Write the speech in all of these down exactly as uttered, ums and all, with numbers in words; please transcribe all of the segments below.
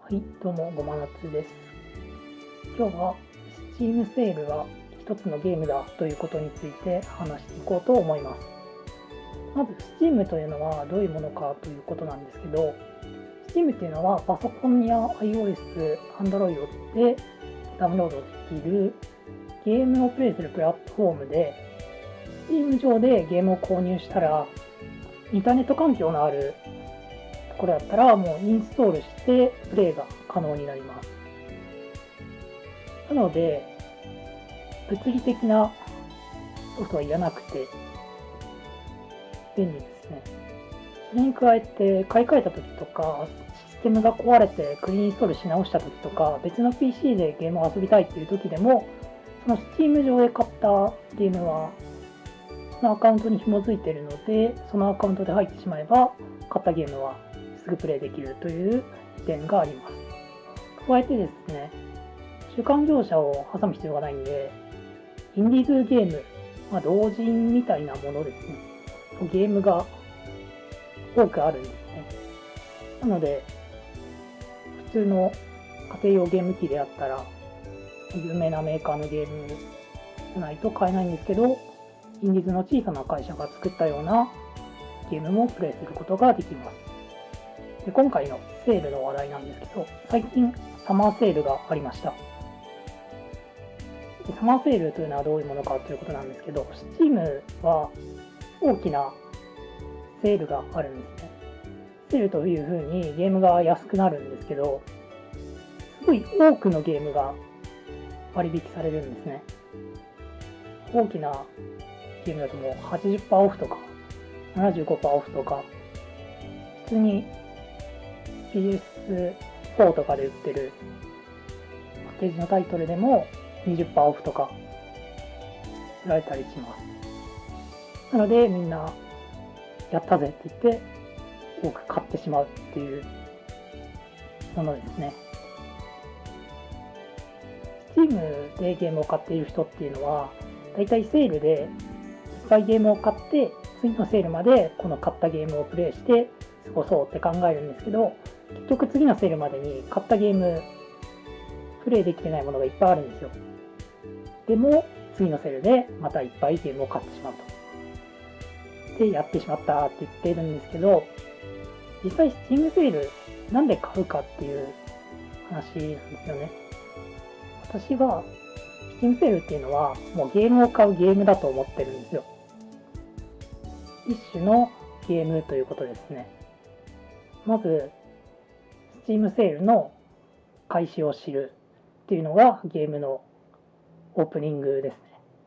はい、どうも、ごまなつです。今日は Steam セールは一つのゲームだということについて話していこうと思います。まず Steam というのはどういうものかということなんですけど、Steam というのはパソコンや iOS、Android でダウンロードできるゲームをプレイするプラットフォームで、Steam 上でゲームを購入したら、インターネット環境のあるところだったらもうインストールしてプレイが可能になります。なので物理的なソフトはいらなくて便利ですね。それに加えて買い替えた時とかシステムが壊れてクリーンインストールし直した時とか別の ピーシー でゲームを遊びたいっていう時でもその Steam 上で買ったゲームはそのアカウントに紐づいているのでそのアカウントで入ってしまえば買ったゲームはすぐプレイできるという点があります。加えてですね、中間業者を挟む必要がないんで、インディーズゲーム、まあ、同人みたいなものですね、ゲームが多くあるんですね。なので、普通の家庭用ゲーム機であったら、有名なメーカーのゲームじゃないと買えないんですけど、インディーズの小さな会社が作ったようなゲームもプレイすることができます。で今回のセールの話題なんですけど、最近サマーセールがありました。でサマーセールというのはどういうものかということなんですけど、Steam は大きなセールがあるんですね。セールというふうにゲームが安くなるんですけど、すごい多くのゲームが割引されるんですね。大きなゲームだともう はちじゅっパーセント オフとか ななじゅうごパーセント オフとか、普通にピーエスフォー とかで売ってるパッケージのタイトルでも にじゅっパーセント オフとか売られたりします。なのでみんなやったぜって言って多く買ってしまうっていうものですね。Steam でゲームを買っている人っていうのはだいたいセールでいっぱいゲームを買って次のセールまでこの買ったゲームをプレイして過ごそうって考えるんですけど、結局次のセールまでに買ったゲームプレイできてないものがいっぱいあるんですよ。でも次のセールでまたいっぱいゲームを買ってしまうと。でやってしまったって言っているんですけど、実際 Steam セールなんで買うかっていう話なんですよね。私は Steam セールっていうのはもうゲームを買うゲームだと思ってるんですよ。一種のゲームということですね。まずSteam セールの開始を知るっていうのがゲームのオープニングです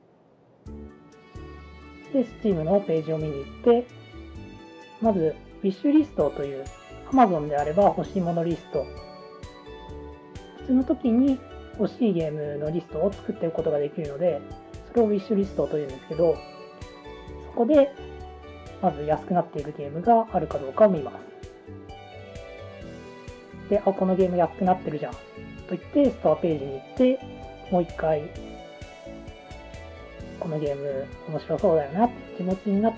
ね。で、Steam のページを見に行って、まず、ウィッシュリストという Amazon であれば欲しいものリスト。普通の時に欲しいゲームのリストを作っておくことができるので、それをウィッシュリストというんですけど、そこで、まず安くなっているゲームがあるかどうかを見ます。で、あ、このゲーム安くなってるじゃんと言ってストアページに行ってもう一回このゲーム面白そうだよなって気持ちになって、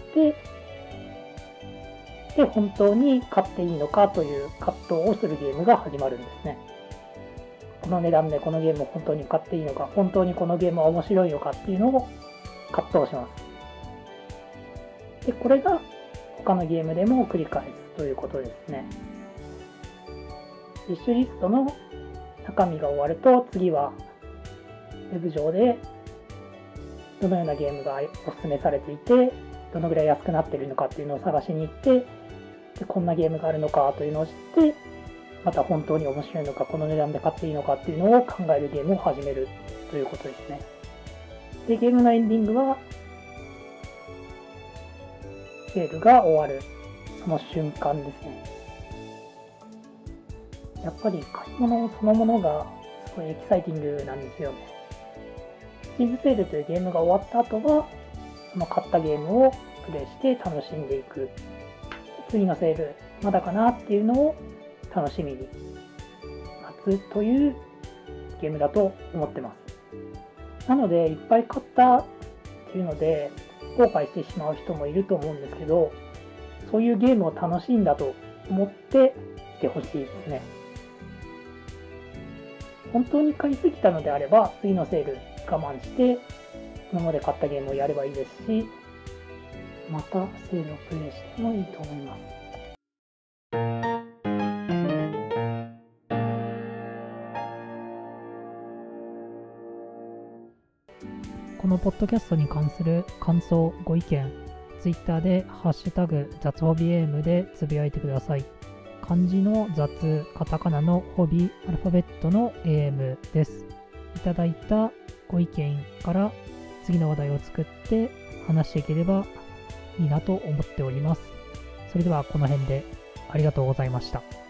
で本当に買っていいのかという葛藤をするゲームが始まるんですね。この値段でこのゲームを本当に買っていいのか、本当にこのゲームは面白いのかっていうのを葛藤します。でこれが他のゲームでも繰り返すということですね。ウィッシュリストの中身が終わると、次はウェブ上でどのようなゲームがおすすめされていて、どのぐらい安くなっているのかっていうのを探しに行って、でこんなゲームがあるのかというのを知って、また本当に面白いのか、この値段で買っていいのかっていうのを考えるゲームを始めるということですね。で、ゲームのエンディングは、セールが終わる、その瞬間ですね。やっぱり買い物そのものがすごいエキサイティングなんですよね。Steamセールというゲームが終わった後は、その買ったゲームをプレイして楽しんでいく。次のセールまだかなっていうのを楽しみに待つというゲームだと思ってます。なのでいっぱい買ったっていうので後悔してしまう人もいると思うんですけど、そういうゲームを楽しいんだと思って来てほしいですね。 本当に買いすぎたのであれば、次のセール我慢して、今まで買ったゲームをやればいいですし、またセールをプレイしてもいいと思います。 このポッドキャストに関する感想、ご意見、ツイッターでハッシュタグ雑ホビエームでつぶやいてください。漢字の雑、カタカナのホビ、アルファベットの エーエム です。いただいたご意見から次の話題を作って話していければいいなと思っております。それではこの辺でありがとうございました。